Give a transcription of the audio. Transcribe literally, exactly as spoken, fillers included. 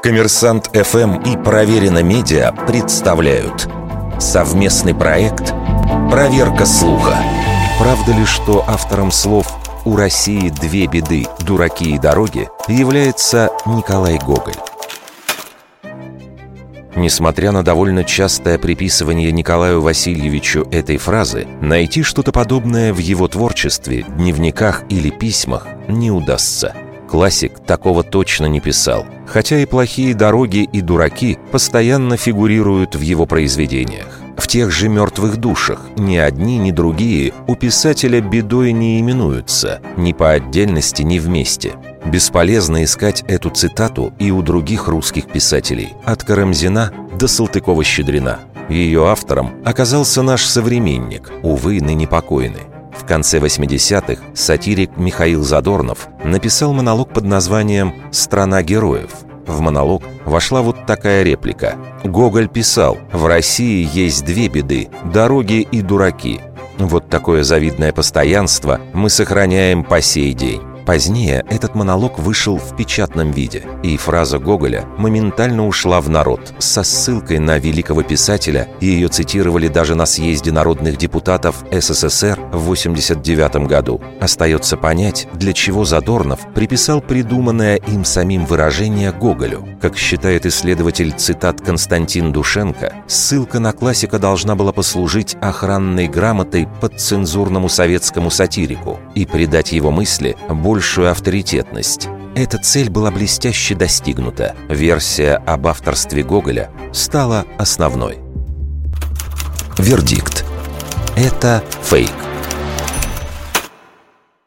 Коммерсант эф эм и Проверено Медиа представляют совместный проект «Проверка слуха». Правда ли, что автором слов «У России две беды – дураки и дороги» является Николай Гоголь? Несмотря на довольно частое приписывание Николаю Васильевичу этой фразы, найти что-то подобное в его творчестве, дневниках или письмах не удастся. Классик такого точно не писал, хотя и плохие дороги и дураки постоянно фигурируют в его произведениях. В тех же «Мертвых душах» ни одни, ни другие у писателя бедой не именуются, ни по отдельности, ни вместе. Бесполезно искать эту цитату и у других русских писателей, от Карамзина до Салтыкова-Щедрина. Ее автором оказался наш современник, увы, ныне покойный. В конце восьмидесятых сатирик Михаил Задорнов написал монолог под названием «Страна героев». В монолог вошла вот такая реплика. Гоголь писал: «В России есть две беды – дороги и дураки». Вот такое завидное постоянство мы сохраняем по сей день. Позднее этот монолог вышел в печатном виде, и фраза Гоголя моментально ушла в народ. Со ссылкой на великого писателя ее цитировали даже на съезде народных депутатов эс эс эс эр в восемьдесят девятом году. Остается понять, для чего Задорнов приписал придуманное им самим выражение Гоголю. Как считает исследователь цитат Константин Душенко, ссылка на классика должна была послужить охранной грамотой подцензурному советскому сатирику и придать его мысли больше большую авторитетность. Эта цель была блестяще достигнута. Версия об авторстве Гоголя стала основной. Вердикт. Это фейк.